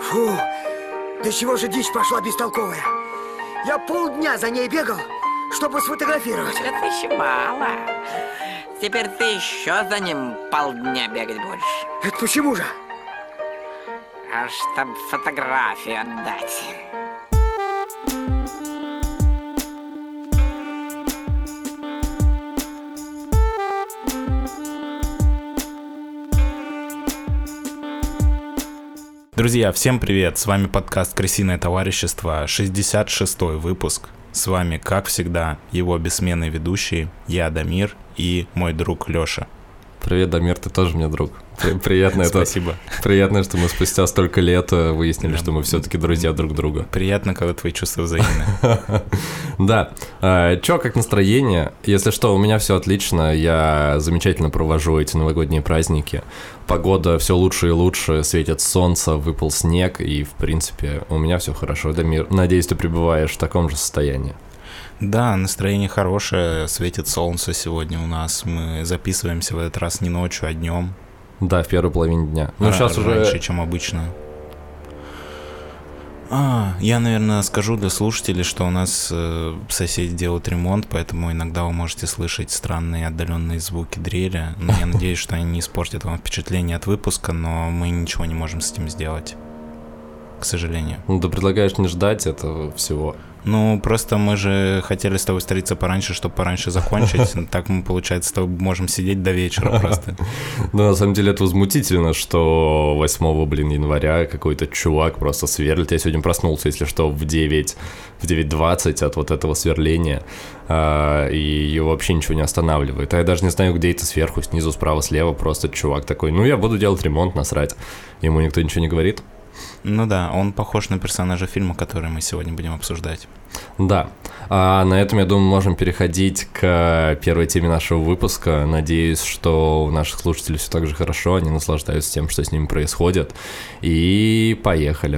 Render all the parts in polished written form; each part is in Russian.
Фу, до чего же дичь пошла бестолковая. Я полдня за ней бегал, чтобы сфотографировать. Это еще мало. Теперь ты еще за ним полдня бегать будешь. Это почему же? А чтоб фотографию отдать. Друзья, всем привет! С вами подкаст «Крысиное товарищество», 66-й выпуск. С вами, как всегда, его бессменные ведущие, я, Дамир, и мой друг Лёша. Привет, Дамир, ты тоже мне друг. Приятно Спасибо. Приятно, что мы спустя столько лет выяснили, что мы все-таки друзья друг друга. Приятно, когда твои чувства взаимны. Да. Чё, как настроение? Если что, у меня все отлично. Я замечательно провожу эти новогодние праздники. Погода все лучше и лучше, светит солнце, выпал снег, и, в принципе, у меня все хорошо. Дамир, надеюсь, ты пребываешь в таком же состоянии. Да, настроение хорошее, светит солнце сегодня у нас. Мы записываемся в этот раз не ночью, а днем. Да, в первой половине дня. Ну, сейчас уже раньше, чем обычно. Я, наверное, скажу для слушателей, что у нас соседи делают ремонт, поэтому иногда вы можете слышать странные отдаленные звуки дрели. Но я надеюсь, что они не испортят вам впечатление от выпуска, но мы ничего не можем с этим сделать, к сожалению. Ну, ты предлагаешь не ждать этого всего. Ну, просто мы же хотели с тобой встретиться пораньше, чтобы пораньше закончить. Так мы, получается, с тобой можем сидеть до вечера просто. Да, на самом деле это возмутительно, что 8 января какой-то чувак просто сверлит. Я сегодня проснулся, если что, в 9:20 от вот этого сверления, и его вообще ничего не останавливает. А я даже не знаю, где это сверху, снизу, справа, слева. Просто чувак такой, ну, я буду делать ремонт, насрать. Ему никто ничего не говорит. Ну да, он похож на персонажа фильма, который мы сегодня будем обсуждать. Да, а на этом, я думаю, можем переходить к первой теме нашего выпуска. Надеюсь, что у наших слушателей все так же хорошо, они наслаждаются тем, что с ними происходит. И поехали.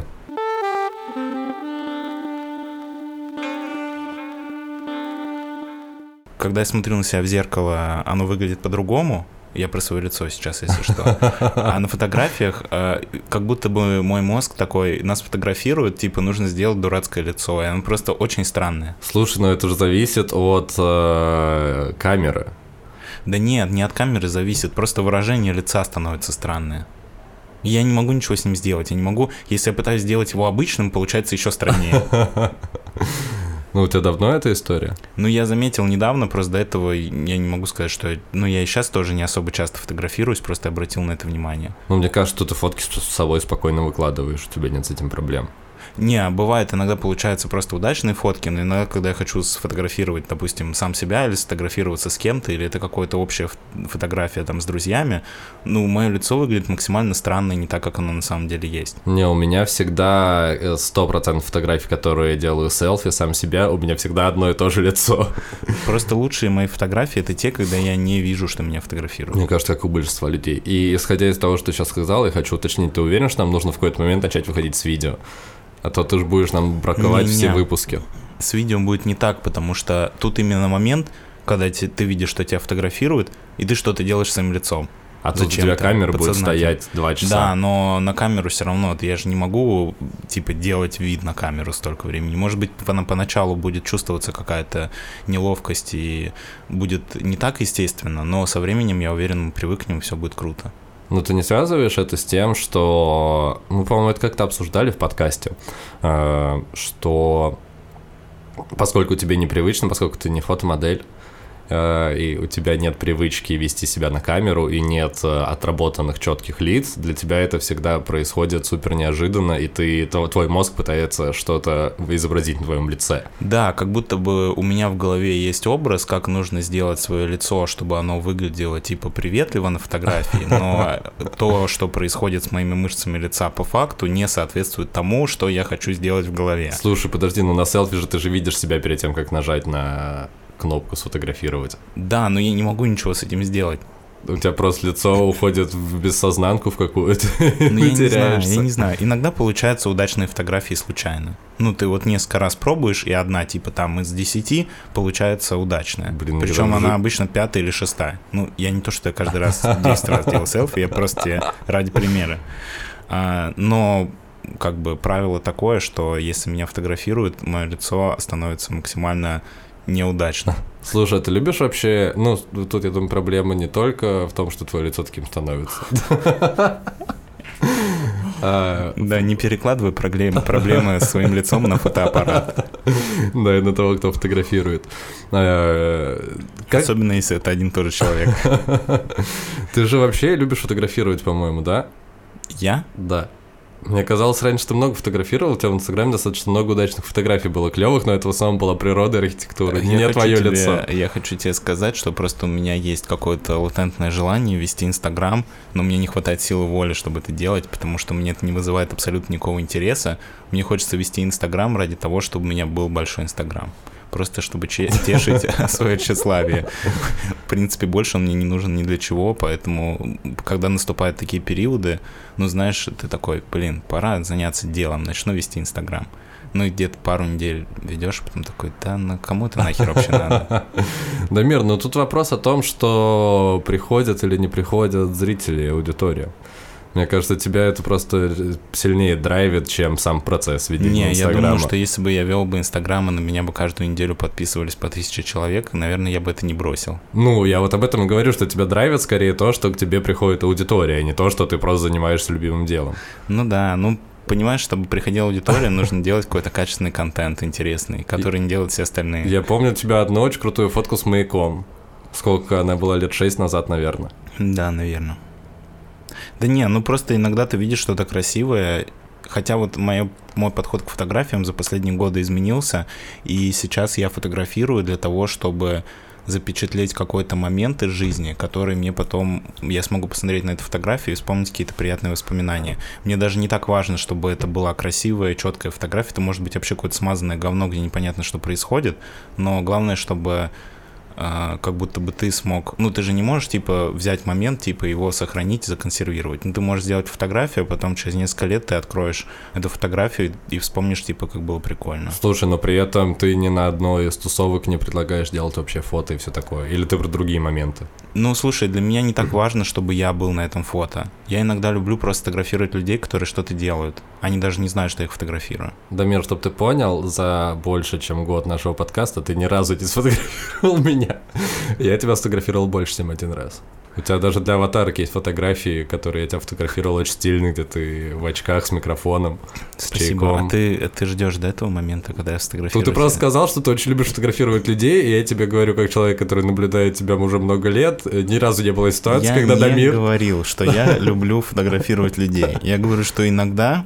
Когда я смотрю на себя в зеркало, оно выглядит по-другому. Я про свое лицо сейчас, если что. А на фотографиях как будто бы мой мозг такой, нас фотографирует, типа нужно сделать дурацкое лицо, и оно просто очень странное. Слушай, ну это же зависит от камеры. Да нет, не от камеры зависит, просто выражение лица становится странное. Я не могу ничего с ним сделать, я не могу, если я пытаюсь сделать его обычным, получается еще страннее. Ну, у тебя давно эта история? Ну, я заметил недавно, просто до этого я не могу сказать, что... Ну, я и сейчас тоже не особо часто фотографируюсь, просто обратил на это внимание. Ну, мне кажется, что ты фотки с собой спокойно выкладываешь, у тебя нет с этим проблем. Не, бывает, иногда получаются просто удачные фотки, но иногда, когда я хочу сфотографировать, допустим, сам себя или сфотографироваться с кем-то, или это какая-то общая фотография там с друзьями, ну, мое лицо выглядит максимально странно и не так, как оно на самом деле есть. Не, у меня всегда 100% фотографий, которые я делаю селфи, сам себя, у меня всегда одно и то же лицо. Просто лучшие мои фотографии — это те, когда я не вижу, что меня фотографируют. Мне кажется, как у большинства людей. И исходя из того, что ты сейчас сказал, я хочу уточнить, ты уверен, что нам нужно в какой-то момент начать выходить с видео? А то ты же будешь нам браковать все выпуски. С видео будет не так, потому что тут именно момент, когда ты видишь, что тебя фотографируют, и ты что-то делаешь своим лицом. А тут у тебя камера будет стоять 2 часа. Да, но на камеру все равно, я же не могу, типа, делать вид на камеру столько времени. Может быть, поначалу будет чувствоваться какая-то неловкость, и будет не так естественно, но со временем, я уверен, мы привыкнем, и все будет круто. Ну, ты не связываешь это с тем, что... Мы, по-моему, это как-то обсуждали в подкасте, что поскольку тебе непривычно, поскольку ты не фотомодель, и у тебя нет привычки вести себя на камеру, и нет отработанных четких лиц, для тебя это всегда происходит супер неожиданно, и твой мозг пытается что-то изобразить на твоем лице. Да, как будто бы у меня в голове есть образ, как нужно сделать свое лицо, чтобы оно выглядело типа приветливо на фотографии, но то, что происходит с моими мышцами лица по факту, не соответствует тому, что я хочу сделать в голове. Слушай, подожди, ну на селфи же ты же видишь себя перед тем, как нажать на кнопку сфотографировать. Да, но я не могу ничего с этим сделать. У тебя просто лицо уходит в бессознанку в какую-то. Ну, я не знаю. Иногда получаются удачные фотографии случайно. Ну, ты вот несколько раз пробуешь, и одна, типа, там, из 10 получается удачная. Блин, причем она обычно 5-я или 6-я. Ну, я не то, что я каждый раз 10 раз делал селфи, я просто ради примера. Но как бы правило такое, что если меня фотографируют, мое лицо становится максимально неудачно. Слушай, а ты любишь вообще... Ну, тут, я думаю, проблема не только в том, что твое лицо таким становится. Да, не перекладывай проблемы своим лицом на фотоаппарат. Да, и на того, кто фотографирует. Особенно, если это один и тот же человек. Ты же вообще любишь фотографировать, по-моему, да? Я? Да. Мне казалось, раньше ты много фотографировал, у тебя в Инстаграме достаточно много удачных фотографий было клевых, но это в основном была природа и архитектура, не твое лицо. Я хочу тебе сказать, что просто у меня есть какое-то латентное желание вести Инстаграм, но мне не хватает силы воли, чтобы это делать, потому что мне это не вызывает абсолютно никакого интереса. Мне хочется вести Инстаграм ради того, чтобы у меня был большой Инстаграм. Просто чтобы тешить свое тщеславие. В принципе, больше он мне не нужен ни для чего, поэтому, когда наступают такие периоды, ну, знаешь, ты такой, блин, пора заняться делом, начну вести Инстаграм. Ну, и где-то пару недель ведешь, потом такой, да, ну, кому это нахер вообще надо? Дамир, но тут вопрос о том, что приходят или не приходят зрители и аудитория. Мне кажется, тебя это просто сильнее драйвит, чем сам процесс ведения Инстаграма. Я думаю, что если бы я вел бы Инстаграм, и на меня бы каждую неделю подписывались по 1000 человек, наверное, я бы это не бросил. Ну, я вот об этом и говорю, что тебя драйвит скорее то, что к тебе приходит аудитория, а не то, что ты просто занимаешься любимым делом. Ну да, ну... Понимаешь, чтобы приходила аудитория, нужно делать какой-то качественный контент интересный, который не делают все остальные. Я помню у тебя одну очень крутую фотку с маяком. Сколько она была, лет 6 назад, наверное. Да, наверное. Да не, ну просто иногда ты видишь что-то красивое, хотя вот мой подход к фотографиям за последние годы изменился, и сейчас я фотографирую для того, чтобы запечатлеть какой-то момент из жизни, который мне потом, я смогу посмотреть на эту фотографию и вспомнить какие-то приятные воспоминания. Мне даже не так важно, чтобы это была красивая, четкая фотография, это может быть вообще какое-то смазанное говно, где непонятно, что происходит, но главное, чтобы как будто бы ты смог... Ну, ты же не можешь, типа, взять момент, типа, его сохранить, законсервировать. Ну, ты можешь сделать фотографию, а потом через несколько лет ты откроешь эту фотографию и вспомнишь, типа, как было прикольно. Слушай, но при этом ты ни на одной из тусовок не предлагаешь делать вообще фото и все такое? Или ты про другие моменты? Ну, слушай, для меня не так важно, чтобы я был на этом фото. Я иногда люблю просто фотографировать людей, которые что-то делают. Они даже не знают, что я их фотографирую. Дамир, чтобы ты понял, за больше, чем год нашего подкаста ты ни разу не сфотографировал меня. Я тебя сфотографировал больше, чем один раз. У тебя даже для аватарок есть фотографии, которые я тебя фотографировал очень стильно, где ты в очках с микрофоном, с Спасибо. чайком. А ты ждешь до этого момента, когда я сфотографирую? Ну, ты просто сказал, что ты очень любишь фотографировать людей, и я тебе говорю, как человек, который наблюдает тебя уже много лет, ни разу не было ситуации, когда Дамир... Я не говорил, что я люблю фотографировать людей. Я говорю, что иногда...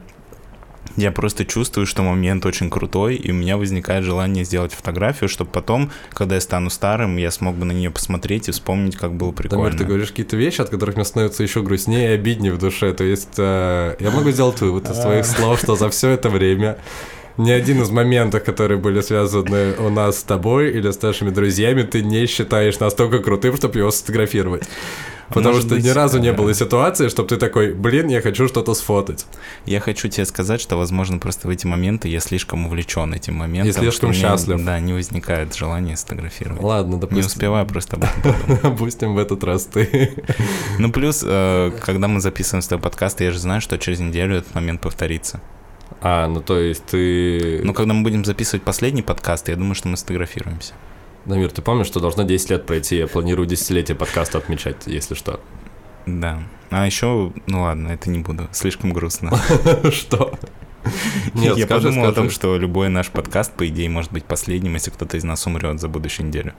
Я просто чувствую, что момент очень крутой, и у меня возникает желание сделать фотографию, чтобы потом, когда я стану старым, я смог бы на нее посмотреть и вспомнить, как было прикольно. Дамир, ты говоришь какие-то вещи, от которых мне становится еще грустнее и обиднее в душе. То есть я могу сделать вывод из твоих слов, что за все это время ни один из моментов, которые были связаны у нас с тобой или с нашими друзьями, ты не считаешь настолько крутым, чтобы его сфотографировать. Потому что ни разу не было ситуации, чтобы ты такой, блин, я хочу что-то сфотать. Я хочу тебе сказать, что, возможно, просто в эти моменты я слишком увлечен этим моментом. И слишком счастлив. Да, не возникает желания сфотографировать. Ладно, допустим. Не успеваю просто об этом подумать. Допустим, в этот раз ты. Ну, плюс, когда мы записываем с тобой подкаст, я же знаю, что через неделю этот момент повторится. Ну то есть ты... Ну, когда мы будем записывать последний подкаст, я думаю, что мы сфотографируемся. Дамир, ты помнишь, что должно 10 лет пройти? Я планирую десятилетие подкаста отмечать, если что. Да. А еще, ну ладно, это не буду. Слишком грустно. Что? Нет, я подумал о том, что любой наш подкаст, по идее, может быть последним, если кто-то из нас умрет за будущую неделю.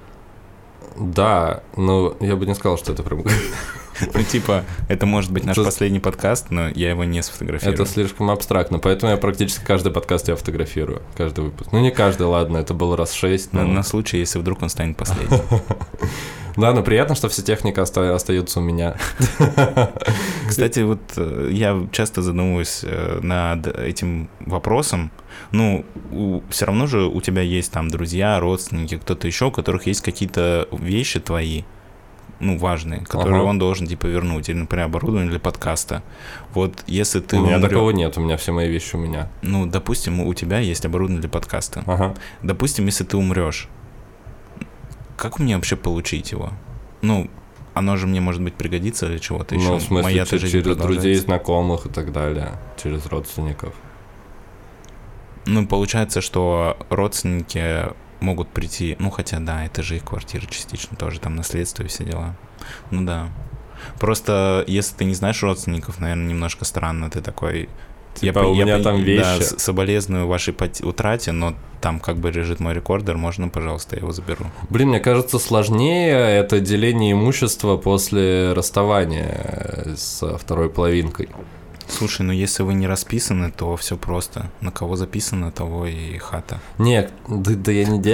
Да, но я бы не сказал, что это прям... Ну, типа, это может быть наш последний подкаст, но я его не сфотографирую. Это слишком абстрактно, поэтому я практически каждый подкаст я фотографирую, каждый выпуск. Ну, не каждый, ладно, это было раз 6. Но... На случай, если вдруг он станет последним. Да, но приятно, что вся техника остается у меня. Кстати, вот я часто задумываюсь над этим вопросом. Ну, все равно же у тебя есть там друзья, родственники, кто-то еще, у которых есть какие-то вещи твои, ну, важные, которые он должен, типа, вернуть. Или, например, оборудование для подкаста. Вот если ты... У меня такого нет, у меня все мои вещи у меня. Ну, допустим, у тебя есть оборудование для подкаста. Допустим, если ты умрешь, как мне вообще получить его? Ну, оно же мне, может быть, пригодится для чего-то еще. Ну, в смысле, Моя-то жизнь через друзей, продолжается. знакомых и так далее, через родственников. Ну, получается, что родственники могут прийти, ну, хотя, да, это же их квартира частично тоже, там наследство и все дела. Ну, да. Просто, если ты не знаешь родственников, наверное, немножко странно, ты такой... Типа, у меня там вещи. Да, соболезную вашей утрате, но там как бы лежит мой рекордер, можно, пожалуйста, я его заберу. Блин, мне кажется, сложнее это деление имущества после расставания со второй половинкой. Слушай, ну если вы не расписаны, то все просто. На кого записано, того и хата. Нет, да я не...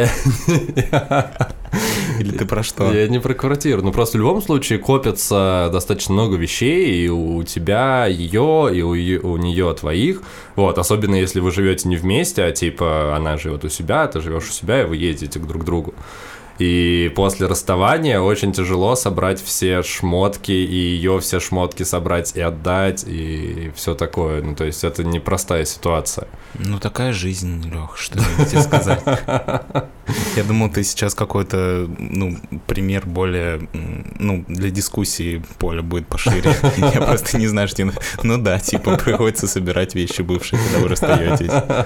Или ты про что? Я не про квартиру. Ну, просто в любом случае копится достаточно много вещей, и у тебя ее, и у нее твоих. Вот, особенно если вы живете не вместе, а типа она живет у себя, ты живешь у себя, и вы ездите друг к другу. И после расставания очень тяжело собрать все шмотки, и ее все шмотки собрать и отдать, и все такое. Ну, то есть это непростая ситуация. Ну, такая жизнь, Лёх, что я тебе сказать. Я думал, ты сейчас какой-то, ну, пример более, ну, для дискуссии поле будет пошире. Я просто не знаю, что... Ну да, типа, приходится собирать вещи бывшие, когда вы расстаетесь.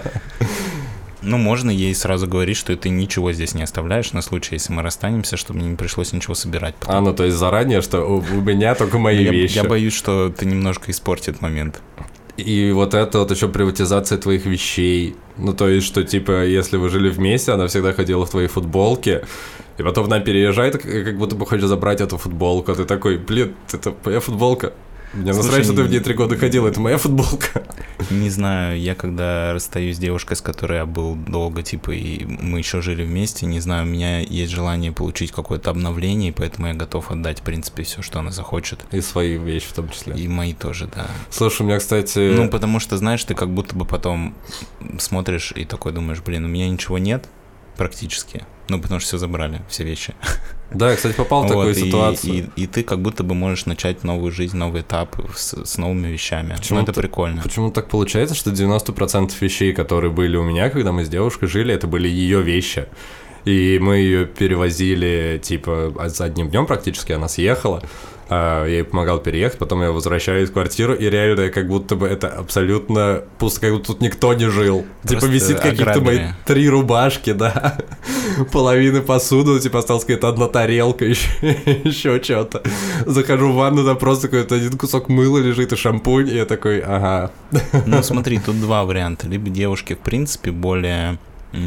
Ну, можно ей сразу говорить, что ты ничего здесь не оставляешь на случай, если мы расстанемся, чтобы мне не пришлось ничего собирать. Потом. Ну то есть заранее, что у меня только мои вещи. Я боюсь, что ты немножко испортит момент. И вот это вот еще приватизация твоих вещей. Ну, то есть, что, типа, если вы жили вместе, она всегда ходила в твоей футболке, и потом она переезжает, как будто бы хочешь забрать эту футболку, а ты такой, блин, это моя футболка. Мне насрать, что ты в ней 3 года ходил, это моя футболка. Не знаю, я когда расстаюсь с девушкой, с которой я был долго, типа, и мы еще жили вместе, не знаю, у меня есть желание получить какое-то обновление, и поэтому я готов отдать, в принципе, все, что она захочет. И свои вещи в том числе. И мои тоже, да. Слушай, у меня, кстати... Ну, потому что, знаешь, ты как будто бы потом смотришь и такой думаешь, блин, у меня ничего нет практически. Ну, потому что все забрали, все вещи. Да, я, кстати, попал в такую ситуацию. И ты как будто бы можешь начать новую жизнь, новый этап с новыми вещами. Ну, это прикольно. Почему так получается, что 90% вещей, которые были у меня, когда мы с девушкой жили, это были ее вещи. И мы ее перевозили, типа, за одним днем практически, она съехала. Я ей помогал переехать, потом я возвращаюсь в квартиру, и реально как будто бы это абсолютно пусто, как будто тут никто не жил. Просто типа висит какие-то мои 3 рубашки, да, половины посуды, типа осталась какая-то одна тарелка, еще что-то. Захожу в ванну, там просто какой-то один кусок мыла лежит и шампунь, и я такой, ага. Ну смотри, тут 2 варианта. Либо девушки, в принципе, более...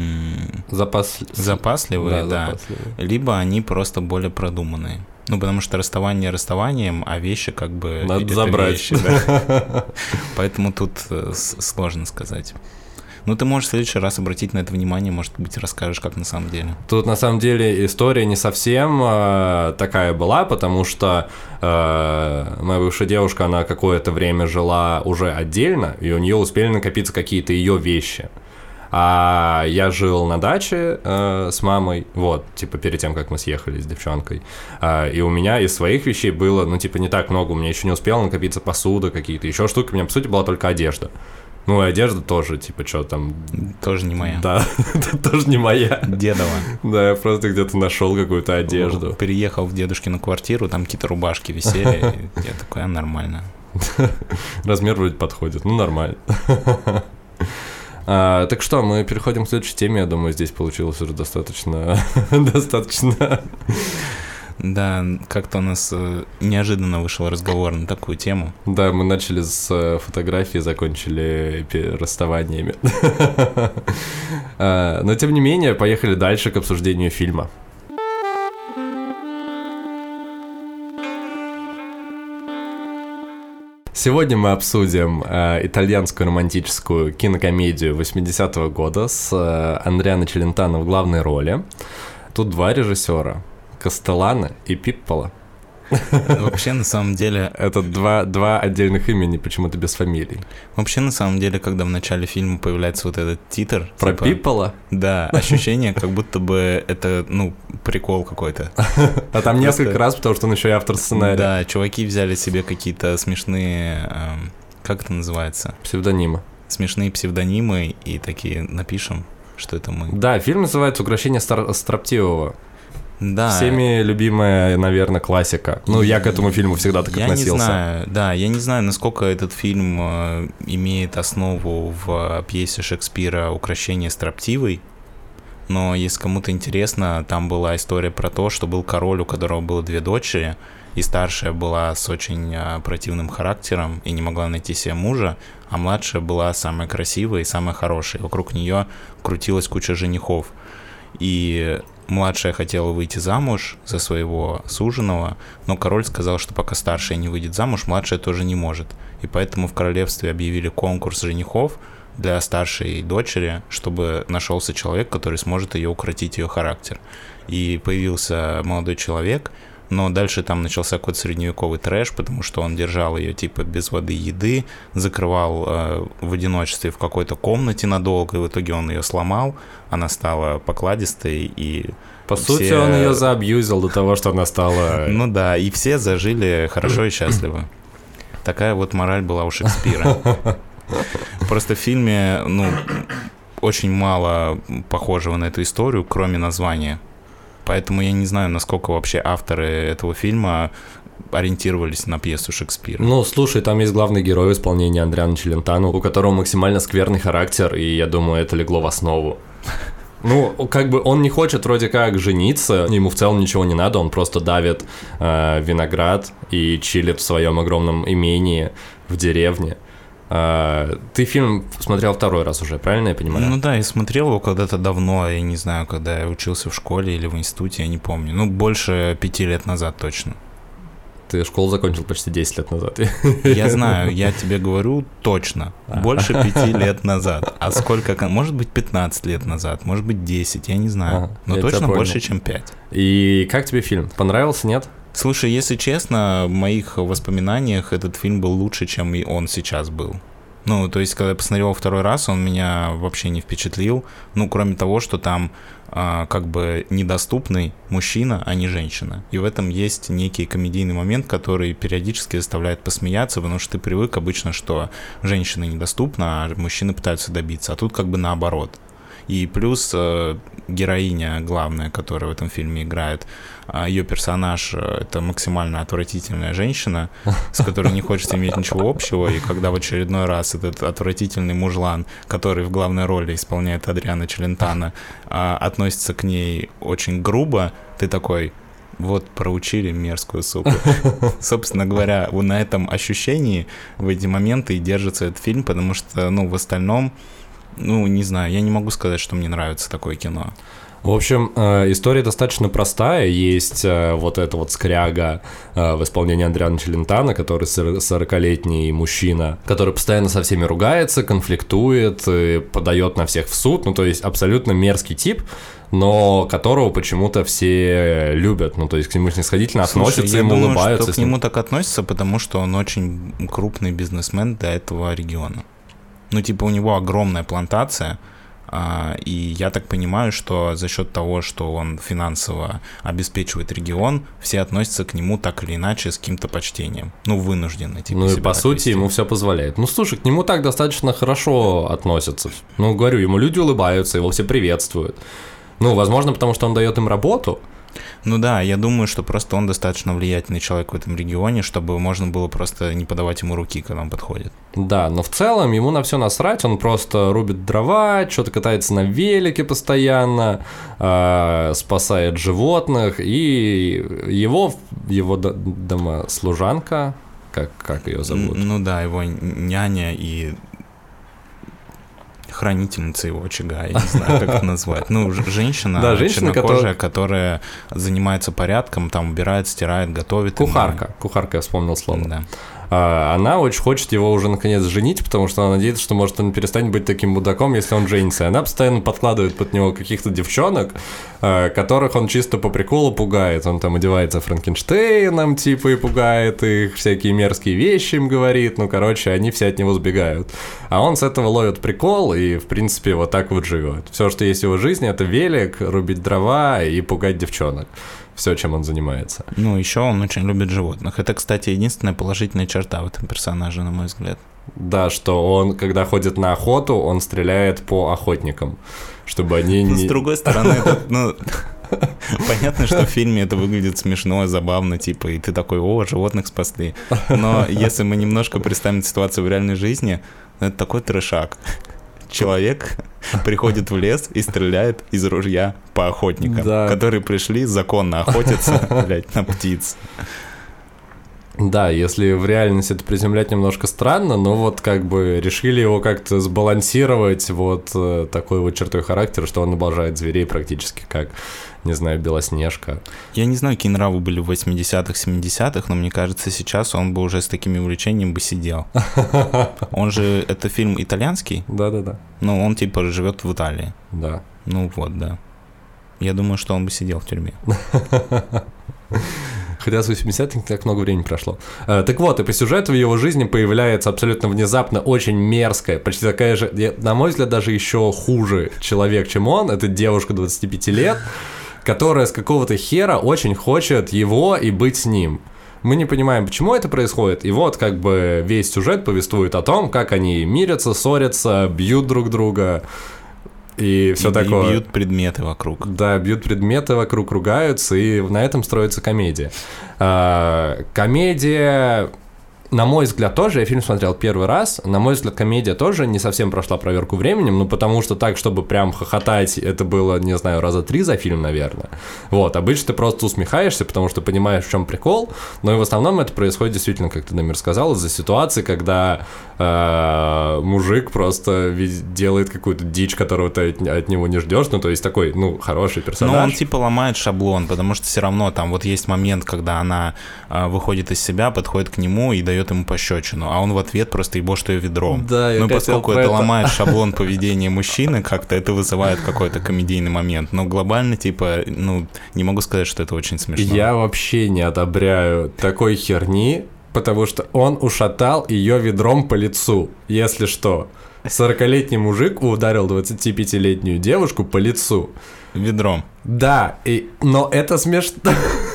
запасливые, да. Запасливые. Либо они просто более продуманные. Ну, потому что расставание расставанием, а вещи как бы... Надо забрать. Вещи, да. Поэтому тут сложно сказать. Ну, ты можешь в следующий раз обратить на это внимание, может быть, расскажешь, как на самом деле. Тут, на самом деле, история не совсем такая была, потому что моя бывшая девушка, она какое-то время жила уже отдельно, и у нее успели накопиться какие-то ее вещи. А я жил на даче с мамой, вот, типа, перед тем, как мы съехали с девчонкой. И у меня из своих вещей было, ну, типа, не так много. У меня еще не успела накопиться посуда, какие-то еще штуки. У меня, по сути, была только одежда. Ну, и одежда тоже, типа, что там... Тоже не моя. Да, тоже не моя. Дедова. Да, я просто где-то нашел какую-то одежду. Переехал в дедушкину квартиру, там какие-то рубашки висели. Я такой, нормально. Размер вроде подходит, ну, нормально. Так что, мы переходим к следующей теме. Я думаю, здесь получилось уже достаточно. Да, как-то у нас неожиданно вышел разговор на такую тему. Да, мы начали с фотографии, закончили расставаниями. Но, тем не менее, поехали дальше к обсуждению фильма. Сегодня мы обсудим итальянскую романтическую кинокомедию 80-го года с Андреа Челентано в главной роли. Тут 2 режиссера, Кастеллано и Пиппола. Вообще, на самом деле... Это два отдельных имени, почему-то без фамилий. Вообще, на самом деле, когда в начале фильма появляется вот этот титр... Про типа, Пиппола? Да, ощущение, как будто бы это, ну, прикол какой-то. А там несколько раз, потому что он еще и автор сценария. Да, чуваки взяли себе какие-то смешные... Как это называется? Псевдонимы. Смешные псевдонимы, и такие напишем, что это мы. Да, фильм называется «Укрощение строптивого». Да. Всеми любимая, наверное, классика. Ну, я к этому фильму всегда так относился. Я не знаю, да, я не знаю, насколько этот фильм имеет основу в пьесе Шекспира «Укрощение строптивой», но если кому-то интересно, там была история про то, что был король, у которого было 2 дочери, и старшая была с очень противным характером и не могла найти себе мужа, а младшая была самая красивая и самая хорошая. Вокруг нее крутилась куча женихов. И младшая хотела выйти замуж за своего суженого, но король сказал, что пока старшая не выйдет замуж, младшая тоже не может. И поэтому в королевстве объявили конкурс женихов для старшей дочери, чтобы нашелся человек, который сможет ее укротить, ее характер. И появился молодой человек, но дальше там начался какой-то средневековый трэш, потому что он держал ее типа без воды и еды, закрывал в одиночестве в какой-то комнате надолго, и в итоге он ее сломал, она стала покладистой, и по сути, он ее заабьюзил до того, что она стала... Ну да, и все зажили хорошо и счастливо. Такая вот мораль была у Шекспира. Просто в фильме, очень мало похожего на эту историю, кроме названия. Поэтому я не знаю, насколько вообще авторы этого фильма ориентировались на пьесу Шекспира. Ну, слушай, там есть главный герой в исполнении Адриано Челентано, у которого максимально скверный характер, и я думаю, это легло в основу. Ну, как бы он не хочет вроде как жениться, ему в целом ничего не надо, он просто давит виноград и чилит в своем огромном имении в деревне. Ты фильм смотрел 2-й раз уже, правильно я понимаю? Ну да, я смотрел его когда-то давно, я не знаю, когда я учился в школе или в институте, я не помню. Больше 5 лет назад точно. Ты школу закончил почти 10 лет назад. Я знаю, я тебе говорю точно. Больше 5 лет назад. А сколько, может быть 15 лет назад, может быть 10, я не знаю. Но точно больше, чем 5. И как тебе фильм? Понравился, нет? Слушай, если честно, в моих воспоминаниях этот фильм был лучше, чем и он сейчас был. То есть, когда я посмотрел 2-й раз, он меня вообще не впечатлил. Кроме того, что там как бы недоступный мужчина, а не женщина. И в этом есть некий комедийный момент, который периодически заставляет посмеяться, потому что ты привык обычно, что женщина недоступна, а мужчины пытаются добиться. А тут как бы наоборот. И плюс героиня главная, которая в этом фильме играет, ее персонаж — это максимально отвратительная женщина, с которой не хочется иметь ничего общего, и когда в очередной раз этот отвратительный мужлан, который в главной роли исполняет Адриано Челентано, относится к ней очень грубо, ты такой: вот проучили мерзкую суку. Собственно говоря, на этом ощущении в эти моменты и держится этот фильм, потому что, в остальном, не знаю, я не могу сказать, что мне нравится такое кино. В общем, история достаточно простая. Есть вот эта вот скряга в исполнении Адриано Челентано, который 40-летний мужчина, который постоянно со всеми ругается, конфликтует, подает на всех в суд. То есть абсолютно мерзкий тип, но которого почему-то все любят. То есть к нему снисходительно относятся, ему улыбаются. Что к нему так относятся, потому что он очень крупный бизнесмен для этого региона. У него огромная плантация, и я так понимаю, что за счет того, что он финансово обеспечивает регион, все относятся к нему так или иначе с каким-то почтением. Вынуждены. И по сути ему все позволяет. Слушай, к нему так достаточно хорошо относятся. Говорю, ему люди улыбаются, его все приветствуют. Возможно, потому что он дает им работу. Да, я думаю, что просто он достаточно влиятельный человек в этом регионе, чтобы можно было просто не подавать ему руки, когда он подходит. Да, но в целом ему на все насрать, он просто рубит дрова, что-то катается на велике постоянно, спасает животных, и его домослужанка, как ее зовут? Его няня и хранительница его очага, я не знаю, как это назвать. Женщина, да, чернокожая, которая занимается порядком, там убирает, стирает, готовит. Кухарка, я вспомнил слово. Да. Она очень хочет его уже наконец женить, потому что она надеется, что, может, он перестанет быть таким мудаком, если он женится. И она постоянно подкладывает под него каких-то девчонок, которых он чисто по приколу пугает. Он там одевается Франкенштейном, и пугает их, всякие мерзкие вещи им говорит. Они все от него сбегают. А он с этого ловит прикол и, в принципе, вот так вот живет. Все, что есть в его жизни, это велик, рубить дрова и пугать девчонок. Все, чем он занимается. Еще он очень любит животных. Это, кстати, единственная положительная черта в этом персонаже, на мой взгляд. Да, что он, когда ходит на охоту, он стреляет по охотникам, чтобы они не... С другой стороны, Понятно, что в фильме это выглядит смешно, забавно, типа, и ты такой, о, животных спасли. Но если мы немножко представим ситуацию в реальной жизни, это такой трешак. Человек приходит в лес и стреляет из ружья по охотникам, которые пришли законно охотиться, блядь, на птиц. Да, если в реальности это приземлять немножко странно, но вот как бы решили его как-то сбалансировать вот такой вот чертой характера, что он обожает зверей практически как, не знаю, Белоснежка. Я не знаю, какие нравы были в 80-х, 70-х, но мне кажется, сейчас он бы уже с такими увлечениями бы сидел. Он же, это фильм итальянский? Да-да-да. Ну, он типа живет в Италии. Да. Ну вот, да. Я думаю, что он бы сидел в тюрьме. Хотя с 80-х не так много времени прошло. Так вот, и по сюжету в его жизни появляется абсолютно внезапно очень мерзкая, почти такая же, на мой взгляд, даже еще хуже человек, чем он. Это девушка 25 лет, которая с какого-то хера очень хочет его и быть с ним. Мы не понимаем, почему это происходит, и вот как бы весь сюжет повествует о том, как они мирятся, ссорятся, бьют друг друга. И все такое. И бьют предметы вокруг. Да, бьют предметы вокруг, ругаются, и на этом строится комедия. Комедия, на мой взгляд, тоже, я фильм смотрел первый раз, на мой взгляд, комедия тоже не совсем прошла проверку временем, ну, потому что так, чтобы прям хохотать, это было, не знаю, раза 3 за фильм, наверное. Вот, обычно ты просто усмехаешься, потому что понимаешь, в чем прикол, но и в основном это происходит действительно, как ты, Дамир, сказал, из-за ситуации, когда мужик просто делает какую-то дичь, которую ты от него не ждешь, ну, то есть такой, ну, хороший персонаж. Ну, он типа ломает шаблон, потому что все равно там вот есть момент, когда она выходит из себя, подходит к нему и дает ему пощечину, а он в ответ просто ебошит ее ведром. Да, ну, поскольку это ломает шаблон поведения мужчины, как-то это вызывает какой-то комедийный момент, но глобально, типа, ну, не могу сказать, что это очень смешно. Я вообще не одобряю такой херни, потому что он ушатал ее ведром по лицу, если что. 40-летний мужик ударил 25-летнюю девушку по лицу. Ведром. Да, но это смешно.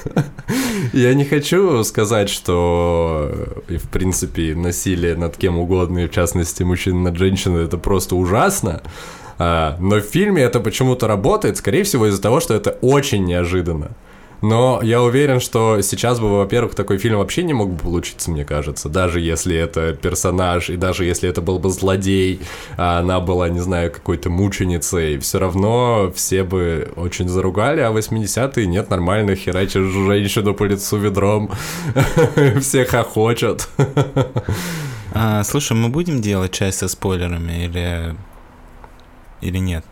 Я не хочу сказать, что, в принципе, насилие над кем угодно, и в частности мужчин над женщиной, это просто ужасно. Но в фильме это почему-то работает, скорее всего, из-за того, что это очень неожиданно. Но я уверен, что сейчас бы, во-первых, такой фильм вообще не мог бы получиться, мне кажется. Даже если это персонаж, и даже если это был бы злодей, а она была, не знаю, какой-то мученицей, все равно все бы очень заругали, а 80-е нет, нормально, херачишь женщину по лицу ведром, все хохочут. Слушай, мы будем делать часть со спойлерами или нет?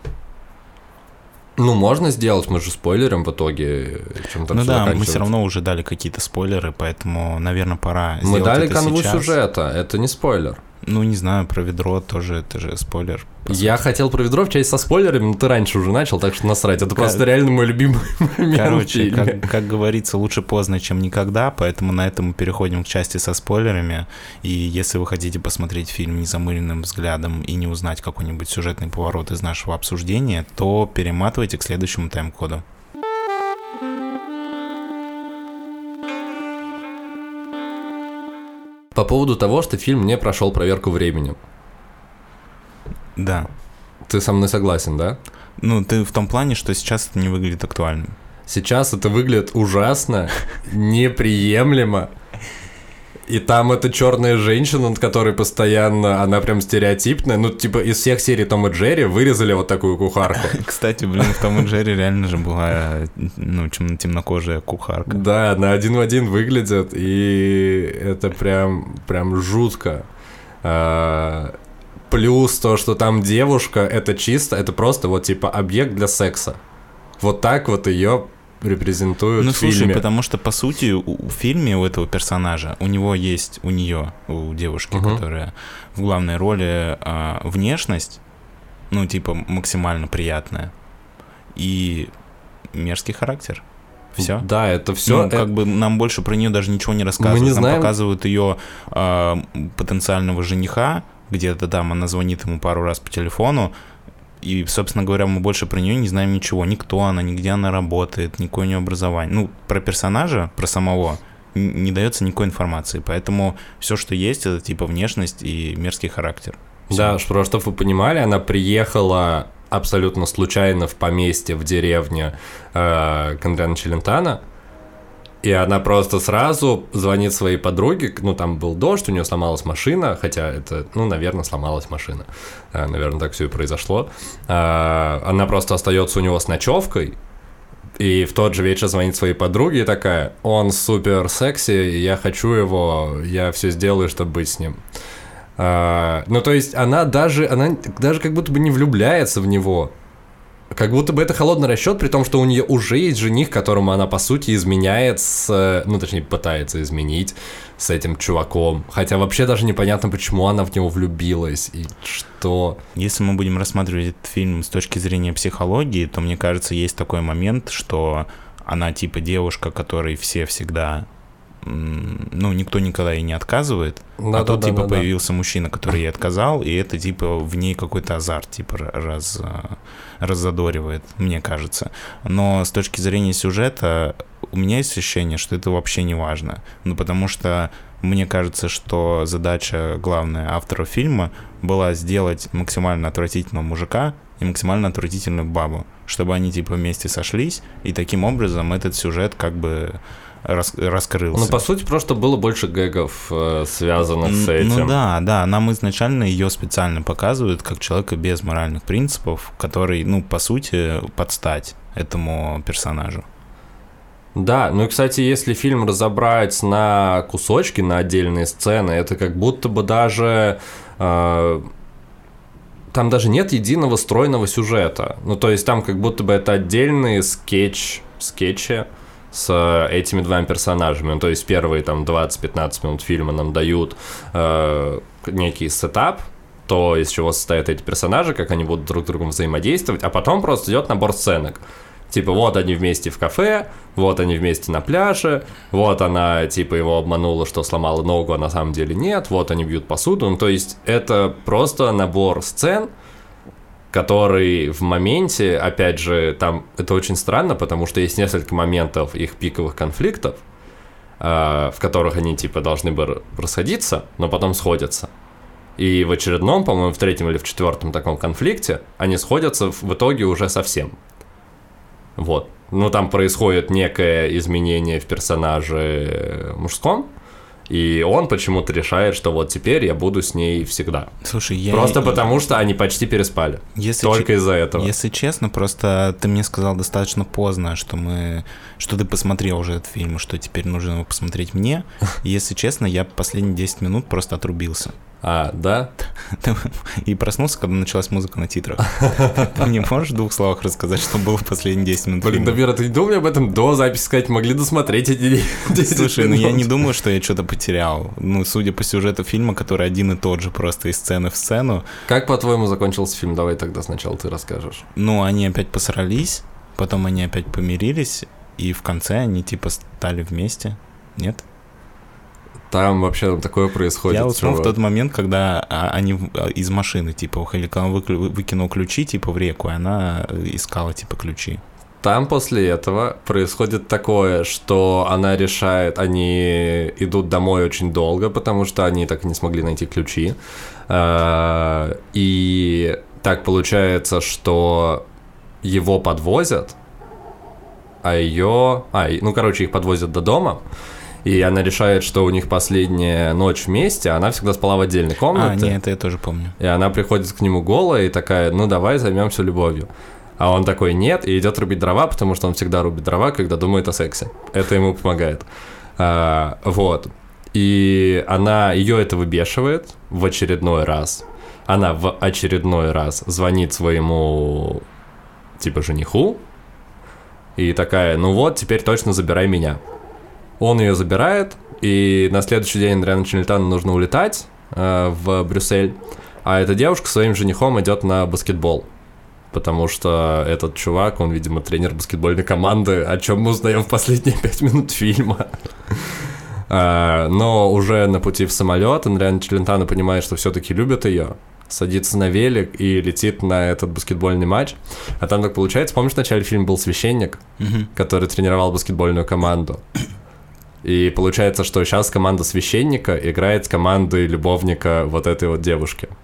Ну, можно сделать, мы же спойлерим в итоге. Ну да, мы все равно уже дали какие-то спойлеры, поэтому, наверное, пора сделать это сейчас. Мы дали канву сюжета, это не спойлер. Ну, не знаю, про ведро тоже, это же спойлер. Я хотел про ведро в часть со спойлерами, но ты раньше уже начал, так что насрать. Это просто реально мой любимый момент. Короче, как говорится, лучше поздно, чем никогда, поэтому на этом мы переходим к части со спойлерами. И если вы хотите посмотреть фильм незамыленным взглядом и не узнать какой-нибудь сюжетный поворот из нашего обсуждения, то перематывайте к следующему тайм-коду. По поводу того, что фильм не прошел проверку временем. Да. Ты со мной согласен, да? Ну, ты в том плане, что сейчас это не выглядит актуальным. Сейчас это выглядит ужасно, неприемлемо. И там эта черная женщина, над которой постоянно, она прям стереотипная. Ну, типа, из всех серий Том и Джерри вырезали вот такую кухарку. Кстати, блин, в Том и Джерри реально же была, ну, темнокожая кухарка. Да, она один в один выглядит, и это прям жутко. Плюс то, что там девушка, это чисто, это просто вот типа объект для секса. Вот так вот ее репрезентуют в фильме. Ну, слушай, потому что, по сути, в фильме у этого персонажа, у девушки, которая в главной роли, внешность, ну, типа, максимально приятная, и мерзкий характер. Все. Да, это все. Ну, как бы нам больше про нее даже ничего не рассказывают. Мы не нам знаем... показывают ее потенциального жениха, где-то там она звонит ему пару раз по телефону, и, собственно говоря, мы больше про нее не знаем ничего. Никто она, нигде она работает, никакое у нее образование. Ну, про персонажа, про самого, не дается никакой информации. Поэтому все, что есть, это типа внешность и мерзкий характер. Всё. Да, чтобы вы понимали, она приехала абсолютно случайно в поместье, в деревне Адриано Челентано, и она просто сразу звонит своей подруге, ну, там был дождь, у нее сломалась машина, хотя это, ну, наверное, сломалась машина, наверное, так все и произошло. Она просто остается у него с ночевкой, и в тот же вечер звонит своей подруге и такая: он супер секси, я хочу его, я все сделаю, чтобы быть с ним. Ну, то есть она даже как будто бы не влюбляется в него. Как будто бы это холодный расчет, при том, что у нее уже есть жених, которому она, по сути, изменяет ну, точнее, пытается изменить с этим чуваком. Хотя вообще даже непонятно, почему она в него влюбилась и что. Если мы будем рассматривать этот фильм с точки зрения психологии, то, мне кажется, есть такой момент, что она типа девушка, которой все всегда... Ну, никто никогда ей не отказывает, тут, типа, появился мужчина, который ей отказал, и это, типа, в ней какой-то азарт, типа, раззадоривает, мне кажется. Но с точки зрения сюжета у меня есть ощущение, что это вообще не важно. Ну, потому что мне кажется, что задача главная авторов фильма была сделать максимально отвратительного мужика и максимально отвратительную бабу, чтобы они, типа, вместе сошлись, и таким образом этот сюжет как бы... раскрылся. Ну, по сути, просто было больше гэгов, связанных с этим. Ну да, нам изначально ее специально показывают как человека без моральных принципов, который, ну, по сути, подстать этому персонажу. Да, ну и, кстати, если фильм разобрать на кусочки, на отдельные сцены, это как будто бы даже... там даже нет единого стройного сюжета. Ну, то есть там как будто бы это отдельные скетчи с этими двумя персонажами. Ну, то есть первые там 20-15 минут фильма нам дают некий сетап, то, из чего состоят эти персонажи, как они будут друг с другом взаимодействовать, а потом просто идет набор сценок. Типа, вот они вместе в кафе, вот они вместе на пляже, вот она, типа, его обманула, что сломала ногу, а на самом деле нет, вот они бьют посуду. Ну, то есть это просто набор сцен, который в моменте, опять же, там это очень странно, потому что есть несколько моментов их пиковых конфликтов, в которых они, типа, должны бы расходиться, но потом сходятся. И в очередном, по-моему, в третьем или в четвертом таком конфликте они сходятся в итоге уже совсем. Вот. Ну, там происходит некое изменение в персонаже мужском, и он почему-то решает, что вот теперь я буду с ней всегда. Слушай, просто потому, что они почти переспали. Только из-за этого. Если честно, просто ты мне сказал достаточно поздно, что ты посмотрел уже этот фильм, что теперь нужно его посмотреть мне. И, если честно, я последние 10 минут просто отрубился. А, да? И проснулся, когда началась музыка на титрах. Ты мне можешь в 2 словах рассказать, что было в последние 10 минут фильма? Блин, Дамир, ты не думал об этом до записи сказать? Могли досмотреть эти 10 Слушай, ну я не думаю, что я что-то потерял. Ну, судя по сюжету фильма, который один и тот же, просто из сцены в сцену. Как, по-твоему, закончился фильм? Давай тогда сначала ты расскажешь. Ну, они опять посрались, потом они опять помирились, и в конце они, типа, стали вместе. Нет? Там вообще такое происходит. Я уснул в тот момент, когда они из машины, типа, уходили, когда он выкинул ключи, типа, в реку, и она искала, типа, ключи. Там после этого происходит такое, что она решает, они идут домой очень долго, потому что они так и не смогли найти ключи. И так получается, что его подвозят, а ее... их подвозят до дома. И она решает, что у них последняя ночь вместе, она всегда спала в отдельной комнате. Нет, это я тоже помню. И она приходит к нему голая и такая: ну давай займемся любовью. А он такой: нет, и идет рубить дрова, потому что он всегда рубит дрова, когда думает о сексе. Это ему помогает. Вот. И ее это выбешивает в очередной раз. Она в очередной раз звонит своему, типа, жениху. И такая: ну вот, теперь точно забирай меня. Он ее забирает, и на следующий день Адриано Челентано нужно улетать в Брюссель, а эта девушка со своим женихом идет на баскетбол, потому что этот чувак, он, видимо, тренер баскетбольной команды, о чем мы узнаем в последние 5 минут фильма. Но уже на пути в самолет Адриано Челентано понимает, что все-таки любит ее, садится на велик и летит на этот баскетбольный матч. А там так получается, помнишь, в начале фильма был священник, который тренировал баскетбольную команду? И получается, что сейчас команда священника играет с командой любовника вот этой вот девушки.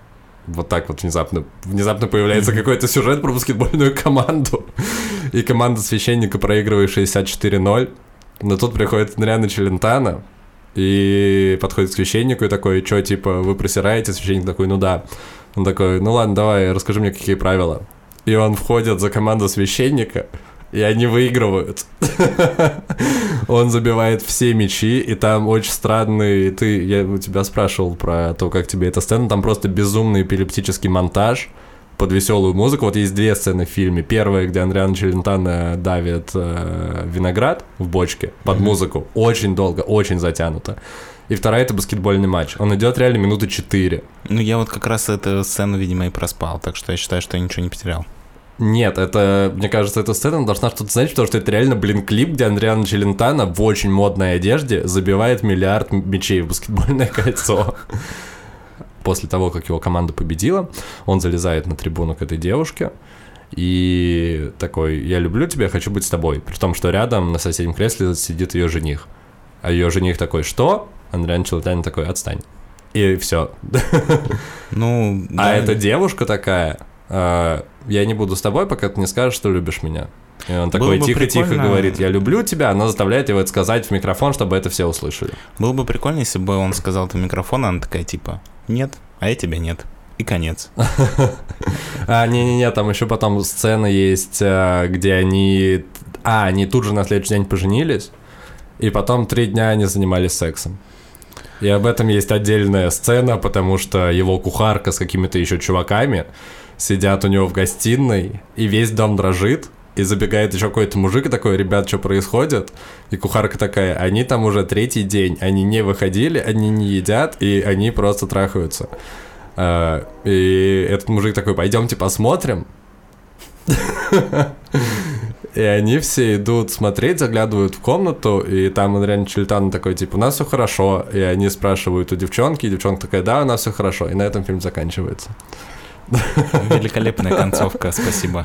вот так вот внезапно появляется какой-то сюжет про баскетбольную команду, и команда священника проигрывает 64-0, но тут приходит Адриано Челентано и подходит к священнику и такой: что, типа, вы присираете? Священник такой: ну да. Он такой: ну ладно, давай, расскажи мне, какие правила. И он входит за команду священника, и они выигрывают. Он забивает все мячи, и там очень странный... Я у тебя спрашивал про то, как тебе эта сцена. Там просто безумный эпилептический монтаж под веселую музыку. Вот есть две сцены в фильме. Первая, где Адриано Челентано давит виноград в бочке под музыку. Очень долго, очень затянуто. И вторая — это баскетбольный матч. Он идет реально минуты 4. Ну, я вот как раз эту сцену, видимо, и проспал. Так что я считаю, что я ничего не потерял. Нет, мне кажется, эта сцена должна что-то значить, потому что это реально, клип, где Адриано Челентано в очень модной одежде забивает миллиард мячей в баскетбольное кольцо. После того, как его команда победила, он залезает на трибуну к этой девушке и такой: я люблю тебя, я хочу быть с тобой. При том, что рядом на соседнем кресле сидит ее жених. А ее жених такой: что? Адриано Челентано такой: отстань. И все. Ну, а эта девушка такая: я не буду с тобой, пока ты не скажешь, что любишь меня. И он такой тихо-тихо говорит: я люблю тебя. Она заставляет его это сказать в микрофон, чтобы это все услышали. Было бы прикольно, если бы он сказал это в микрофон, а она такая типа: нет, а я тебя нет. И конец. Не-не-не, там еще потом сцена есть, где они тут же на следующий день поженились, и потом 3 дня они занимались сексом. И об этом есть отдельная сцена, потому что его кухарка с какими-то еще чуваками сидят у него в гостиной, и весь дом дрожит, и забегает еще какой-то мужик и такой: ребят, что происходит? И кухарка такая: они там уже 3-й день, они не выходили, они не едят, и они просто трахаются. И этот мужик такой: пойдемте посмотрим. И они все идут смотреть, заглядывают в комнату, и там Адриано Челентано такой, типа: у нас все хорошо. И они спрашивают у девчонки, и девчонка такая: да, у нас все хорошо. И на этом фильм заканчивается. Великолепная концовка, спасибо.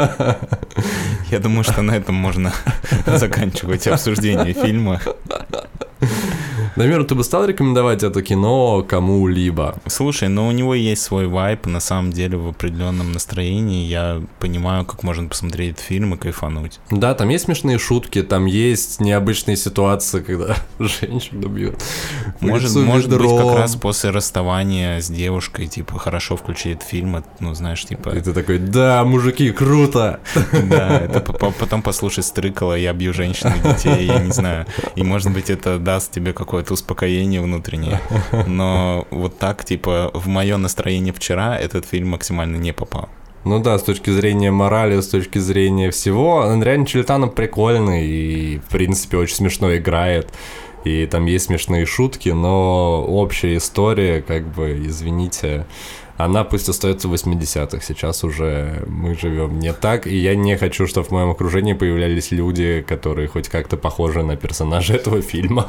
Я думаю, что на этом можно заканчивать обсуждение фильма. Дамир, ты бы стал рекомендовать это кино кому-либо? Слушай, у него есть свой вайб, на самом деле, в определенном настроении. Я понимаю, как можно посмотреть этот фильм и кайфануть. Да, там есть смешные шутки, там есть необычные ситуации, когда женщину бьют. Может быть, как раз после расставания с девушкой, типа, хорошо включить фильм, знаешь, типа... И ты такой: да, мужики, круто! Да, это потом послушать Стрыкала «Я бью женщин и детей», я не знаю. И, может быть, это даст тебе какое-то успокоение внутреннее. Но вот так, типа, в мое настроение вчера этот фильм максимально не попал. Ну да, с точки зрения морали, с точки зрения всего, Адриано Челентано прикольный и, в принципе, очень смешно играет. И там есть смешные шутки, но общая история, как бы, извините, она пусть остается в 80-х. Сейчас уже мы живем не так, и я не хочу, чтобы в моем окружении появлялись люди, которые хоть как-то похожи на персонажа этого фильма.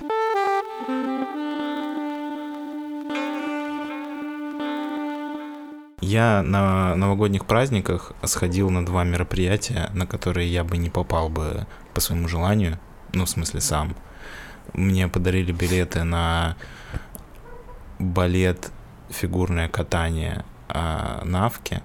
Я на новогодних праздниках сходил на 2 мероприятия, на которые я бы не попал бы по своему желанию, в смысле сам. Мне подарили билеты на балет «Фигурное катание» Навки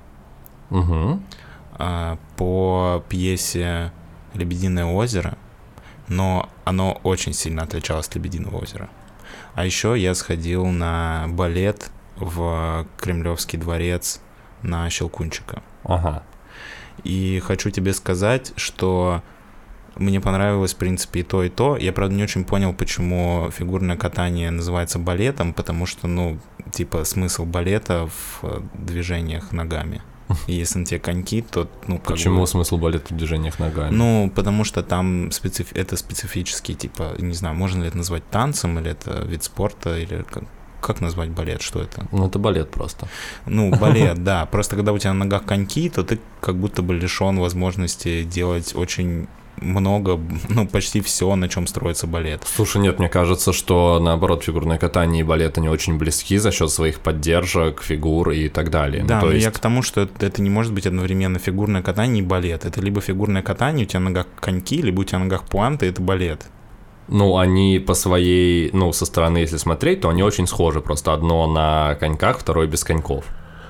по пьесе «Лебединое озеро», но оно очень сильно отличалось от «Лебединого озера». А еще я сходил на балет в Кремлевский дворец на Щелкунчика. Ага. И хочу тебе сказать, что мне понравилось, в принципе, и то, и то. Я, правда, не очень понял, почему фигурное катание называется балетом, потому что, смысл балета в движениях ногами. И если на тебе коньки, то, Почему смысл балета в движениях ногами? Потому что там это специфический, не знаю, можно ли это назвать танцем, или это вид спорта, или как назвать балет, что это? Это балет просто. Балет, да. Просто когда у тебя на ногах коньки, то ты как будто бы лишен возможности делать очень много, почти все, на чем строится балет. Слушай, нет, мне кажется, что наоборот фигурное катание и балет, они очень близки за счет своих поддержек, фигур и так далее. Да, но я к тому, что это не может быть одновременно фигурное катание и балет. Это либо фигурное катание, у тебя на ногах коньки, либо у тебя на ногах пуанты, это балет. Они по своей, со стороны, если смотреть, то они очень схожи. Просто одно на коньках, второе без коньков.